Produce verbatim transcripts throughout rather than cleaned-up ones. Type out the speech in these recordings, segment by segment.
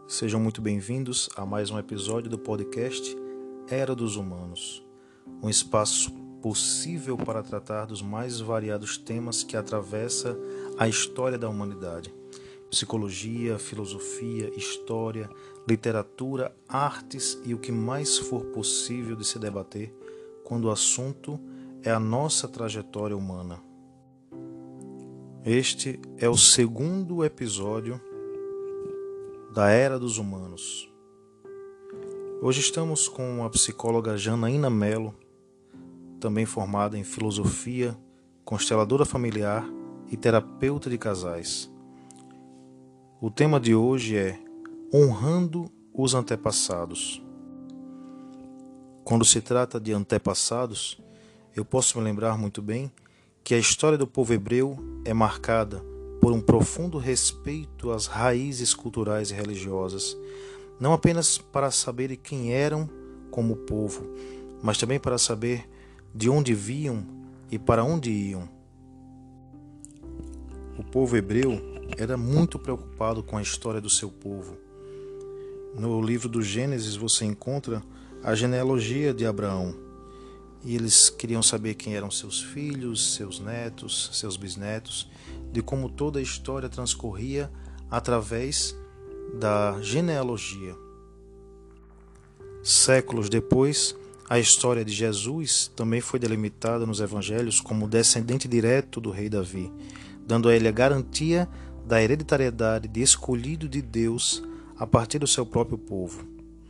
Sejam muito bem-vindos a mais um episódio do podcast Era dos Humanos, um espaço possível para tratar dos mais variados temas que atravessa a história da humanidade. Psicologia, filosofia, história, literatura, artes e o que mais for possível de se debater quando o assunto é a nossa trajetória humana. Este é o segundo episódio da Era dos Humanos. Hoje estamos com a psicóloga Janaína Mello, também formada em filosofia, consteladora familiar e terapeuta de casais. O tema de hoje é honrando os antepassados. Quando se trata de antepassados, eu posso me lembrar muito bem que a história do povo hebreu é marcada por um profundo respeito às raízes culturais e religiosas, não apenas para saber quem eram como povo, mas também para saber de onde vinham e para onde iam. O povo hebreu era muito preocupado com a história do seu povo. No livro do Gênesis você encontra a genealogia de Abraão, e eles queriam saber quem eram seus filhos, seus netos, seus bisnetos, de como toda a história transcorria através da genealogia. Séculos depois, a história de Jesus também foi delimitada nos evangelhos como descendente direto do rei Davi, dando a ele a garantia da hereditariedade de escolhido de Deus a partir do seu próprio povo.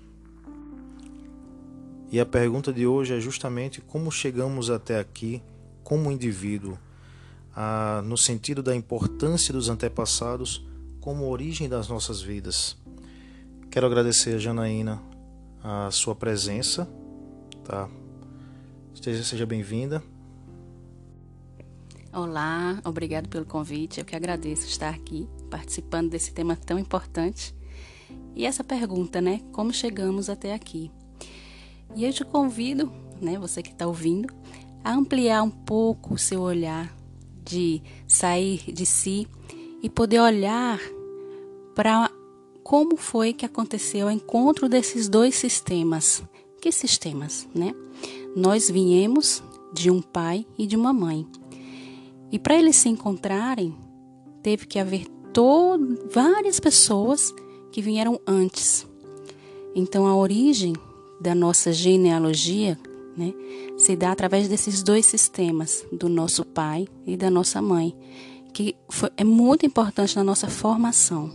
E a pergunta de hoje é justamente como chegamos até aqui como indivíduo, ah, no sentido da importância dos antepassados como origem das nossas vidas. Quero agradecer a Janaína a sua presença, tá? Seja, seja bem-vinda. Olá, obrigado pelo convite. Eu que agradeço estar aqui participando desse tema tão importante. E essa pergunta, né? Como chegamos até aqui? E eu te convido, né, você que está ouvindo, a ampliar um pouco o seu olhar, de sair de si e poder olhar para como foi que aconteceu o encontro desses dois sistemas. Que sistemas, né? Nós viemos de um pai e de uma mãe. E para eles se encontrarem, teve que haver todo, várias pessoas que vieram antes. Então a origem da nossa genealogia, né, se dá através desses dois sistemas, do nosso pai e da nossa mãe, que foi, é muito importante na nossa formação.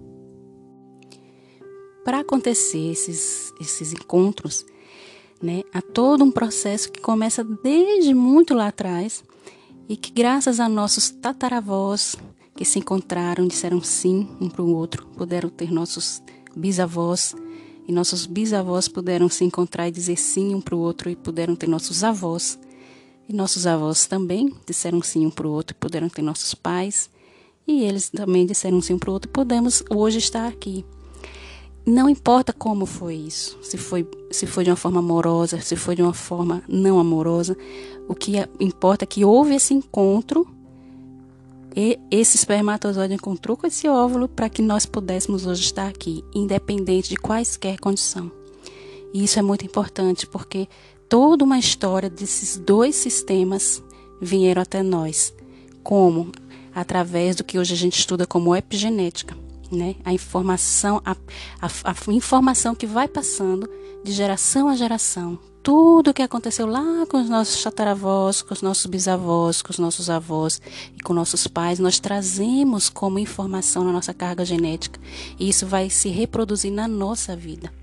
Para acontecer esses, esses encontros, né, há todo um processo que começa desde muito lá atrás e que graças a nossos tataravós que se encontraram, disseram sim um para o outro, puderam ter nossos bisavós, e nossos bisavós puderam se encontrar e dizer sim um para o outro e puderam ter nossos avós. E nossos avós também disseram sim um para o outro e puderam ter nossos pais. E eles também disseram sim um para o outro e podemos hoje estar aqui. Não importa como foi isso, se foi, se foi de uma forma amorosa, se foi de uma forma não amorosa. O que importa é que houve esse encontro e esse espermatozoide encontrou com esse óvulo para que nós pudéssemos hoje estar aqui, independente de quaisquer condição. E isso é muito importante porque toda uma história desses dois sistemas vieram até nós. Como? Através do que hoje a gente estuda como epigenética, né? A informação, a, a, a informação que vai passando de geração a geração. Tudo o que aconteceu lá com os nossos tataravós, com os nossos bisavós, com os nossos avós e com nossos pais, nós trazemos como informação na nossa carga genética. E isso vai se reproduzir na nossa vida.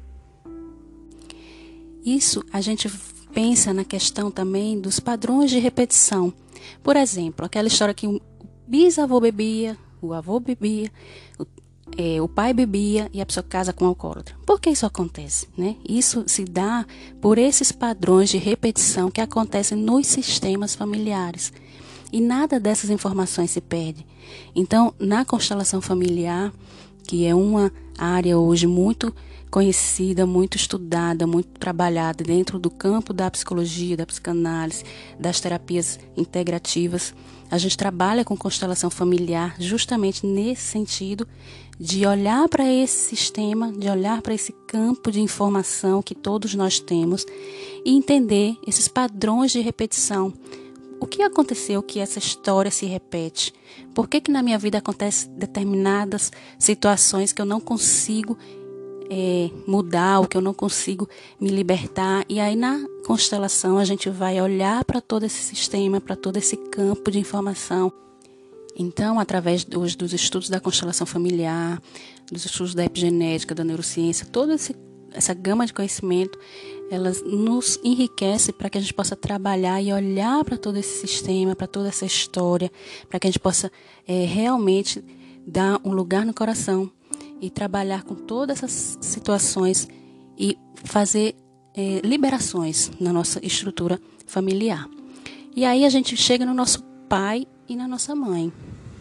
Isso a gente pensa na questão também dos padrões de repetição. Por exemplo, aquela história que o bisavô bebia, o avô bebia, o É, o pai bebia e a pessoa casa com um alcoólatra. Por que isso acontece, né? Isso se dá por esses padrões de repetição que acontecem nos sistemas familiares. E nada dessas informações se perde. Então, na constelação familiar, que é uma área hoje muito conhecida, muito estudada, muito trabalhada dentro do campo da psicologia, da psicanálise, das terapias integrativas. A gente trabalha com constelação familiar justamente nesse sentido de olhar para esse sistema, de olhar para esse campo de informação que todos nós temos e entender esses padrões de repetição. O que aconteceu que essa história se repete? Por que que na minha vida acontecem determinadas situações que eu não consigo é, mudar, ou que eu não consigo me libertar? E aí na constelação a gente vai olhar para todo esse sistema, para todo esse campo de informação. Então, através dos, dos estudos da constelação familiar, dos estudos da epigenética, da neurociência, toda esse, essa gama de conhecimento, elas nos enriquecem para que a gente possa trabalhar e olhar para todo esse sistema, para toda essa história, para que a gente possa é, realmente dar um lugar no coração e trabalhar com todas essas situações e fazer é, liberações na nossa estrutura familiar. E aí a gente chega no nosso pai e na nossa mãe.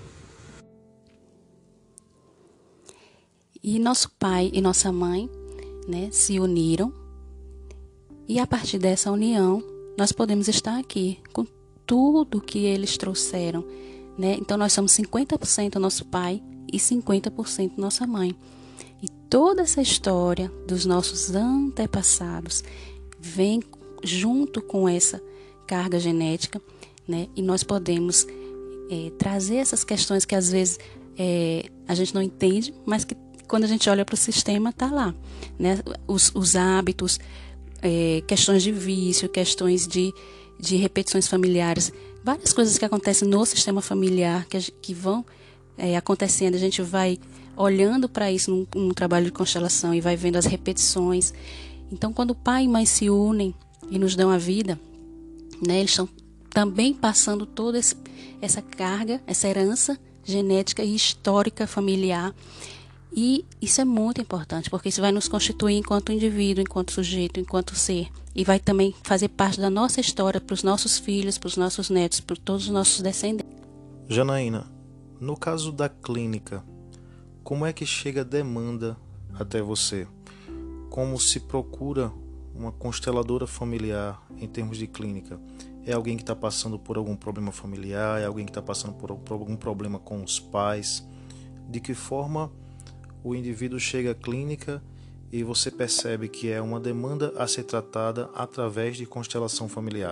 E nosso pai e nossa mãe, né, se uniram. E a partir dessa união, nós podemos estar aqui com tudo que eles trouxeram, né? Então, nós somos cinquenta por cento nosso pai e cinquenta por cento nossa mãe. E toda essa história dos nossos antepassados vem junto com essa carga genética, né? E nós podemos é, trazer essas questões que às vezes é, a gente não entende, mas que quando a gente olha para o sistema, está lá, né? Os, os hábitos, É, questões de vício, questões de, de repetições familiares, várias coisas que acontecem no sistema familiar, que, que vão é, acontecendo, a gente vai olhando para isso num, num trabalho de constelação e vai vendo as repetições. Então, quando pai e mãe se unem e nos dão a vida, né, eles estão também passando toda esse, essa carga, essa herança genética e histórica familiar. E isso é muito importante, porque isso vai nos constituir enquanto indivíduo, enquanto sujeito, enquanto ser. E vai também fazer parte da nossa história para os nossos filhos, para os nossos netos, para todos os nossos descendentes. Janaína, no caso da clínica, como é que chega a demanda até você? Como se procura uma consteladora familiar em termos de clínica? É alguém que está passando por algum problema familiar? É alguém que está passando por algum problema com os pais? De que forma o indivíduo chega à clínica e você percebe que é uma demanda a ser tratada através de constelação familiar?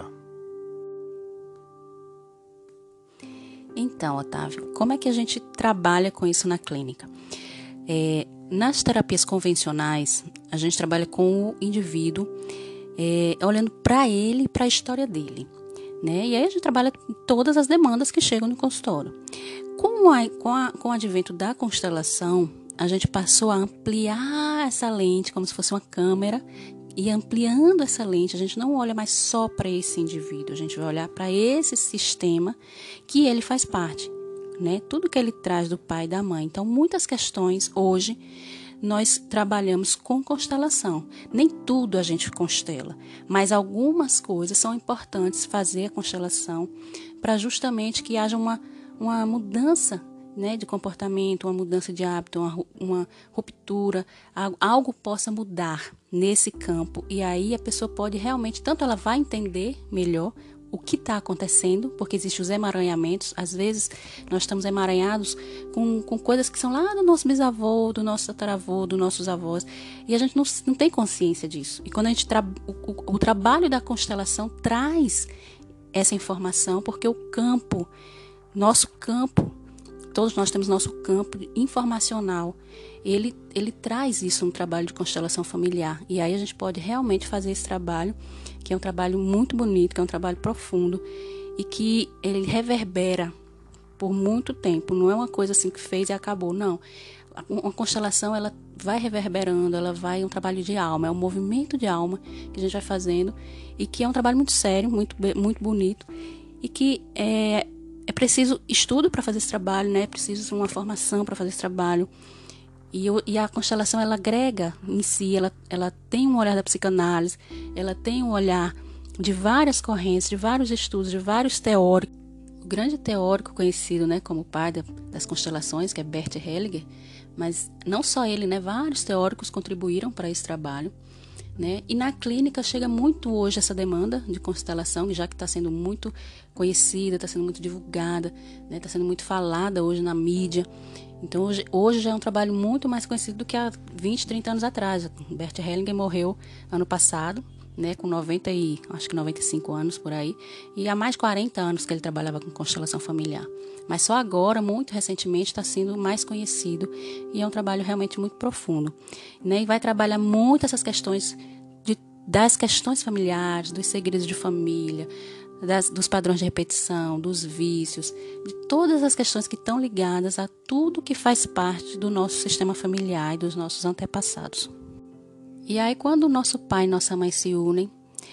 Então, Otávio, como é que a gente trabalha com isso na clínica? É, nas terapias convencionais, a gente trabalha com o indivíduo, é, olhando para ele e para a história dele, né? E aí a gente trabalha com todas as demandas que chegam no consultório. Com, a, com, a, com o advento da constelação, a gente passou a ampliar essa lente como se fosse uma câmera, e ampliando essa lente, a gente não olha mais só para esse indivíduo, a gente vai olhar para esse sistema que ele faz parte, né? Tudo que ele traz do pai e da mãe. Então, muitas questões hoje nós trabalhamos com constelação. Nem tudo a gente constela, mas algumas coisas são importantes fazer a constelação para justamente que haja uma, uma mudança, né, de comportamento, uma mudança de hábito, uma, uma ruptura, algo, algo possa mudar nesse campo. E aí a pessoa pode realmente, tanto ela vai entender melhor o que está acontecendo, porque existem os emaranhamentos. Às vezes nós estamos emaranhados com, com coisas que são lá do nosso bisavô, do nosso tataravô, dos nossos avós, e a gente não, não tem consciência disso. E quando a gente tra- o, o, o trabalho da constelação traz essa informação, porque o campo, nosso campo, todos nós temos nosso campo informacional, ele, ele traz isso no trabalho de constelação familiar. E aí a gente pode realmente fazer esse trabalho, que é um trabalho muito bonito, que é um trabalho profundo e que ele reverbera por muito tempo. Não é uma coisa assim que fez e acabou, não. Uma constelação, ela vai reverberando, ela vai, é um trabalho de alma, é um movimento de alma que a gente vai fazendo e que é um trabalho muito sério, muito, muito bonito e que é, é preciso estudo para fazer esse trabalho, né? É preciso uma formação para fazer esse trabalho. E, eu, e a constelação, ela agrega em si, ela, ela tem um olhar da psicanálise, ela tem um olhar de várias correntes, de vários estudos, de vários teóricos. o grande teórico conhecido, né, como pai das constelações, que é Bert Hellinger, mas não só ele, né, vários teóricos contribuíram para esse trabalho, né, e na clínica chega muito hoje essa demanda de constelação, já que está sendo muito conhecida, está sendo muito divulgada, né, está sendo muito falada hoje na mídia. Então hoje, hoje já é um trabalho muito mais conhecido do que há vinte, trinta anos atrás. Bert Hellinger morreu ano passado, né, com noventa e, acho que noventa e cinco anos por aí, e há mais de quarenta anos que ele trabalhava com constelação familiar. Mas só agora, muito recentemente, está sendo mais conhecido e é um trabalho realmente muito profundo, né, e vai trabalhar muito essas questões de, das questões familiares, dos segredos de família, Das, dos padrões de repetição, dos vícios, de todas as questões que estão ligadas a tudo que faz parte do nosso sistema familiar e dos nossos antepassados. E aí, quando o nosso pai e nossa mãe se unem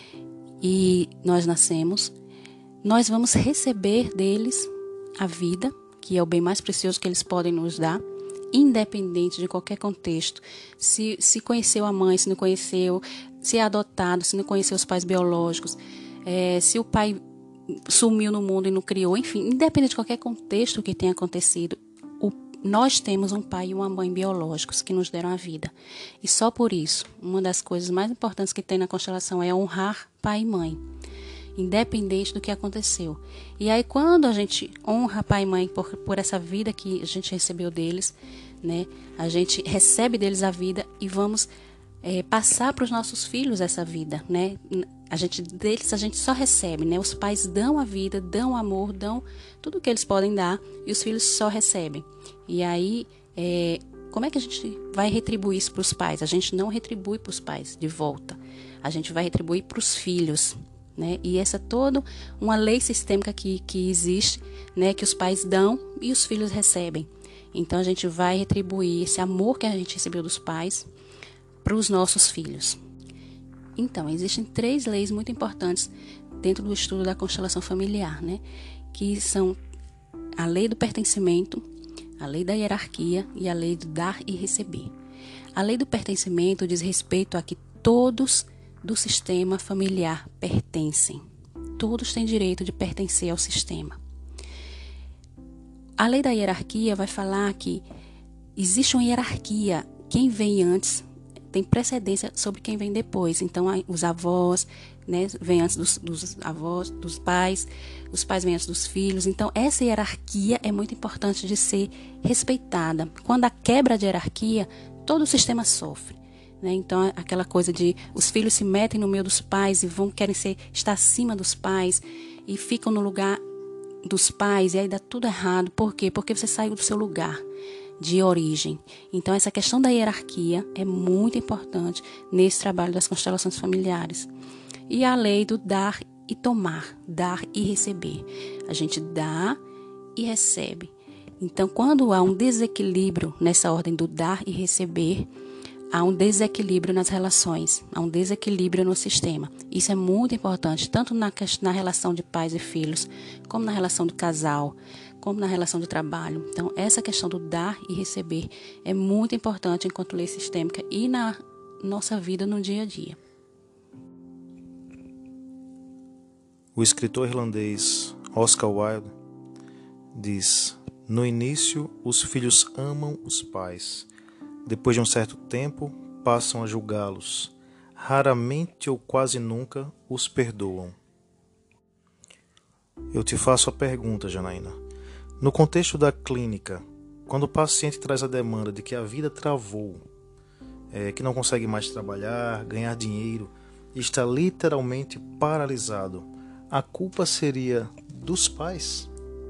e nós nascemos, nós vamos receber deles a vida, que é o bem mais precioso que eles podem nos dar, independente de qualquer contexto. Se, se conheceu a mãe, se não conheceu, se é adotado, se não conheceu os pais biológicos, É, se o pai sumiu no mundo e não criou, enfim, independente de qualquer contexto que tenha acontecido, o, nós temos um pai e uma mãe biológicos que nos deram a vida. E só por isso, uma das coisas mais importantes que tem na constelação é honrar pai e mãe, independente do que aconteceu. E aí, quando a gente honra pai e mãe por, por essa vida que a gente recebeu deles, né, a gente recebe deles a vida e vamos é, passar para os nossos filhos essa vida, né? A gente, deles a gente só recebe, né? Os pais dão a vida, dão amor, dão tudo que eles podem dar e os filhos só recebem. E aí, é, como é que a gente vai retribuir isso para os pais? A gente não retribui para os pais de volta. A gente vai retribuir para os filhos, né? E essa é toda uma lei sistêmica que, que existe, né? Que os pais dão e os filhos recebem. Então, a gente vai retribuir esse amor que a gente recebeu dos pais para os nossos filhos. Então, existem três leis muito importantes dentro do estudo da constelação familiar, né? Que são a lei do pertencimento, a lei da hierarquia e a lei do dar e receber. A lei do pertencimento diz respeito a que todos do sistema familiar pertencem. Todos têm direito de pertencer ao sistema. A lei da hierarquia vai falar que existe uma hierarquia. Quem vem antes tem precedência sobre quem vem depois. Então, os avós, né, vêm antes dos, dos avós, dos pais, os pais vêm antes dos filhos. Então, essa hierarquia é muito importante de ser respeitada. Quando há quebra de hierarquia, todo o sistema sofre, né? Então, aquela coisa de os filhos se metem no meio dos pais e vão querem ser, estar acima dos pais e ficam no lugar dos pais e aí dá tudo errado. Por quê? Porque você saiu do seu lugar de origem. Então, essa questão da hierarquia é muito importante nesse trabalho das constelações familiares. E a lei do dar e tomar, dar e receber. A gente dá e recebe. Então, quando há um desequilíbrio nessa ordem do dar e receber, há um desequilíbrio nas relações, há um desequilíbrio no sistema. Isso é muito importante, tanto na, na relação de pais e filhos, como na relação do casal, como na relação de trabalho. Então, essa questão do dar e receber é muito importante enquanto lei sistêmica e na nossa vida no dia a dia. O escritor irlandês Oscar Wilde diz: no início, os filhos amam os pais. Depois de um certo tempo, passam a julgá-los. Raramente ou quase nunca os perdoam. Eu te faço a pergunta, Janaína. No contexto da clínica, quando o paciente traz a demanda de que a vida travou, é, que não consegue mais trabalhar, ganhar dinheiro, e está literalmente paralisado, a culpa seria dos pais?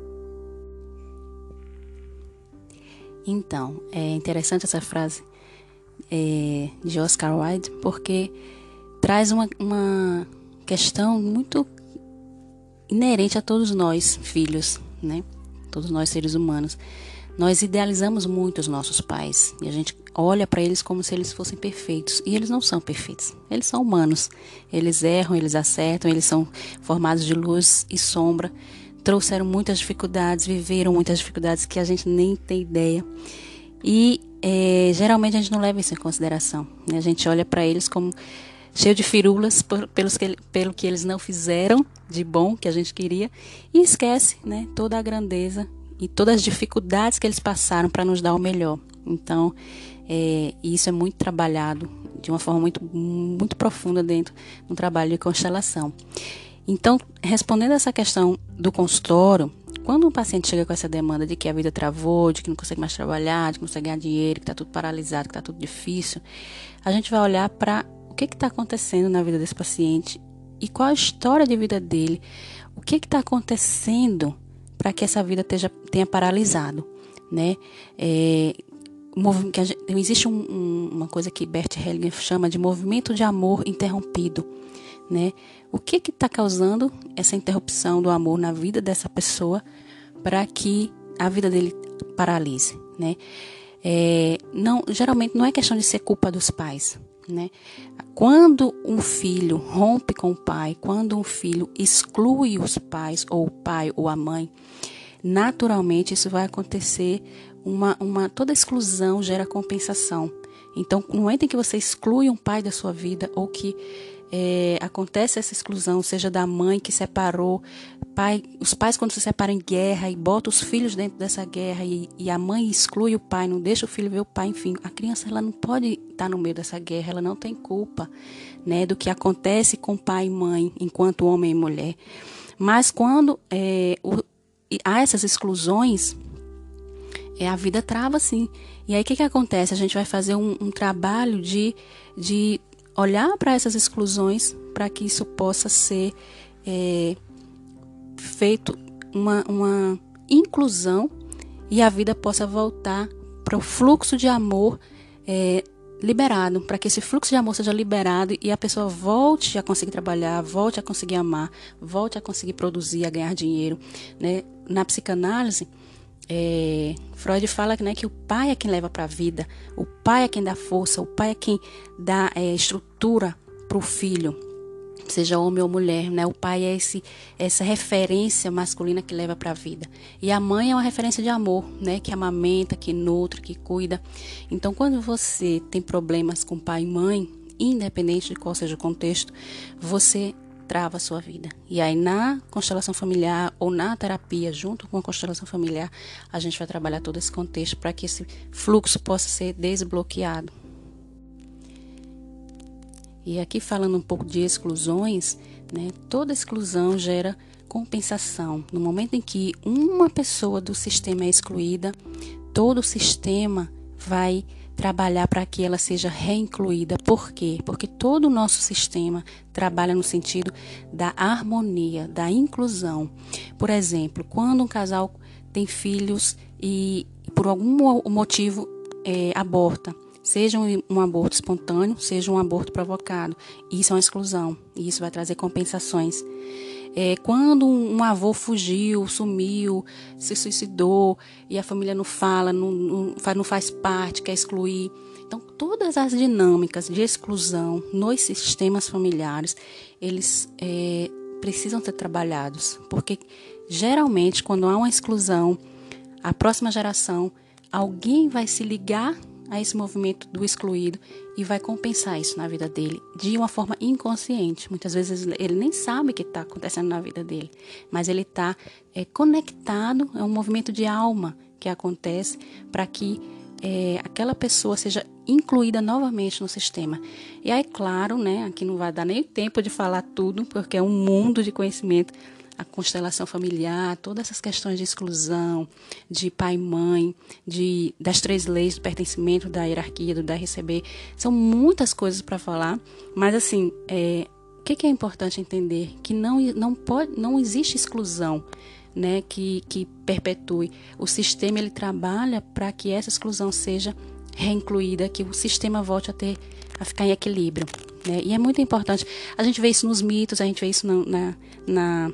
Então, é interessante essa frase é, de Oscar Wilde, porque traz uma, uma questão muito inerente a todos nós, filhos, né? Todos nós, seres humanos. Nós idealizamos muito os nossos pais e a gente olha para eles como se eles fossem perfeitos. E eles não são perfeitos. Eles são humanos. Eles erram, eles acertam, eles são formados de luz e sombra. Trouxeram muitas dificuldades, viveram muitas dificuldades que a gente nem tem ideia. E é, geralmente a gente não leva isso em consideração, né? A gente olha para eles como cheio de firulas por, pelos que, pelo que eles não fizeram de bom que a gente queria, e esquece, né, toda a grandeza e todas as dificuldades que eles passaram para nos dar o melhor. Então, é, isso é muito trabalhado de uma forma muito, muito profunda dentro do trabalho de constelação. Então, respondendo essa questão do consultório, quando um paciente chega com essa demanda de que a vida travou, de que não consegue mais trabalhar, de que não consegue ganhar dinheiro, que está tudo paralisado, que está tudo difícil, a gente vai olhar para o que está acontecendo na vida desse paciente e qual a história de vida dele, o que está acontecendo para que essa vida esteja, tenha paralisado, né? É, que a gente, existe um, um, uma coisa que Bert Hellinger chama de movimento de amor interrompido, né? O que está causando essa interrupção do amor na vida dessa pessoa para que a vida dele paralise, né? É, não, geralmente não é questão de ser culpa dos pais, né? Quando um filho rompe com o pai, quando um filho exclui os pais, ou o pai ou a mãe, naturalmente isso vai acontecer, uma, uma, toda exclusão gera compensação. Então, no momento em que você exclui um pai da sua vida, ou que é, acontece essa exclusão, seja da mãe que separou, pai, os pais quando se separam em guerra e botam os filhos dentro dessa guerra e, e a mãe exclui o pai, não deixa o filho ver o pai, enfim, a criança ela não pode estar no meio dessa guerra, ela não tem culpa, né, do que acontece com pai e mãe enquanto homem e mulher. Mas quando é, o, há essas exclusões, é, a vida trava sim. E aí o que, que acontece? A gente vai fazer um, um trabalho de, de olhar para essas exclusões para que isso possa ser é, feito uma, uma inclusão e a vida possa voltar para o fluxo de amor é, liberado, para que esse fluxo de amor seja liberado e a pessoa volte a conseguir trabalhar, volte a conseguir amar, volte a conseguir produzir, a ganhar dinheiro, né? Na psicanálise, É, Freud fala, né, que o pai é quem leva para a vida, o pai é quem dá força, o pai é quem dá é, estrutura para o filho, seja homem ou mulher, né? O pai é esse, essa referência masculina que leva para a vida. E a mãe é uma referência de amor, né? Que amamenta, que nutre, que cuida. Então, quando você tem problemas com pai e mãe, independente de qual seja o contexto, você trava a sua vida. E aí na constelação familiar ou na terapia, junto com a constelação familiar, a gente vai trabalhar todo esse contexto para que esse fluxo possa ser desbloqueado. E aqui falando um pouco de exclusões, né, toda exclusão gera compensação. No momento em que uma pessoa do sistema é excluída, todo o sistema vai trabalhar para que ela seja reincluída. Por quê? Porque todo o nosso sistema trabalha no sentido da harmonia, da inclusão. Por exemplo, quando um casal tem filhos e por algum motivo é, aborta, seja um, um aborto espontâneo, seja um aborto provocado, isso é uma exclusão e isso vai trazer compensações. É, quando um, um avô fugiu, sumiu, se suicidou e a família não fala, não, não, não faz parte, quer excluir. Então, todas as dinâmicas de exclusão nos sistemas familiares, eles é, precisam ser trabalhados, porque geralmente quando há uma exclusão, a próxima geração, alguém vai se ligar a esse movimento do excluído e vai compensar isso na vida dele de uma forma inconsciente. Muitas vezes ele nem sabe o que está acontecendo na vida dele, mas ele está é, conectado, é um movimento de alma que acontece para que é, aquela pessoa seja incluída novamente no sistema. E aí, claro, né, aqui não vai dar nem tempo de falar tudo, porque é um mundo de conhecimento. A constelação familiar, todas essas questões de exclusão, de pai e mãe, de, das três leis do pertencimento, da hierarquia, do dar e receber, são muitas coisas para falar, mas assim, é, o que, que é importante entender? Que não, não, pode, não existe exclusão, né, que, que perpetue. O sistema ele trabalha para que essa exclusão seja reincluída, que o sistema volte a, ter, a ficar em equilíbrio, né? E é muito importante. A gente vê isso nos mitos, a gente vê isso na... na, na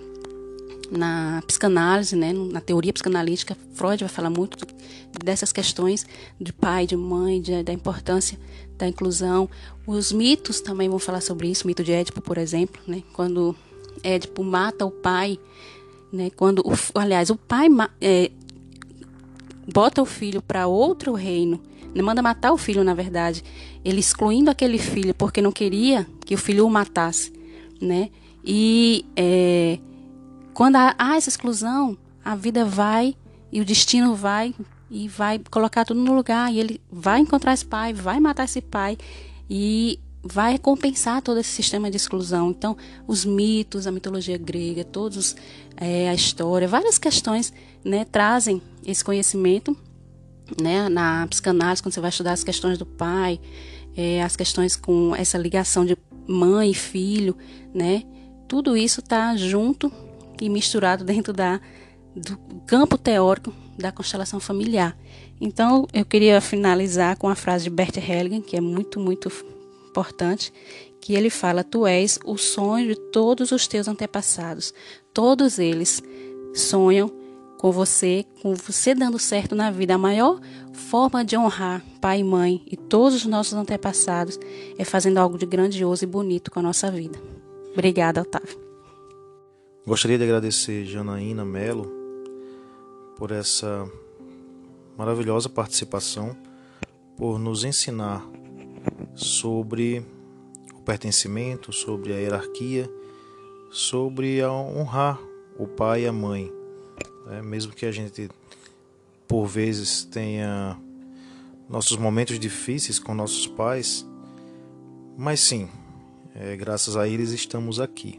Na psicanálise, né, na teoria psicanalítica, Freud vai falar muito dessas questões de pai, de mãe, de, da importância da inclusão. Os mitos também vão falar sobre isso, o mito de Édipo, por exemplo, né, quando Édipo mata o pai, né, quando, o, aliás, o pai é, bota o filho para outro reino, né, manda matar o filho, na verdade, ele excluindo aquele filho porque não queria que o filho o matasse, né? E é, quando há, há essa exclusão, a vida vai e o destino vai e vai colocar tudo no lugar, e ele vai encontrar esse pai, vai matar esse pai e vai compensar todo esse sistema de exclusão. Então, os mitos, a mitologia grega, todos, é, a história, várias questões, né, trazem esse conhecimento, né, na psicanálise, quando você vai estudar as questões do pai, é, as questões com essa ligação de mãe e filho, né, tudo isso está junto e misturado dentro da, do campo teórico da constelação familiar. Então, eu queria finalizar com a frase de Bert Hellinger, que é muito, muito importante, que ele fala: tu és o sonho de todos os teus antepassados. Todos eles sonham com você, com você dando certo na vida. A maior forma de honrar pai e mãe e todos os nossos antepassados é fazendo algo de grandioso e bonito com a nossa vida. Obrigada, Otávio. Gostaria de agradecer Janaína Mello por essa maravilhosa participação, por nos ensinar sobre o pertencimento, sobre a hierarquia, sobre a honrar o pai e a mãe. É, mesmo que a gente, por vezes, tenha nossos momentos difíceis com nossos pais, mas sim, é, graças a eles estamos aqui.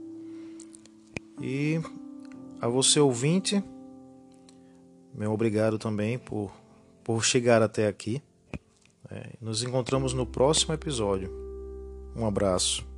E a você, ouvinte, meu obrigado também por, por chegar até aqui. É, nos encontramos no próximo episódio. Um abraço.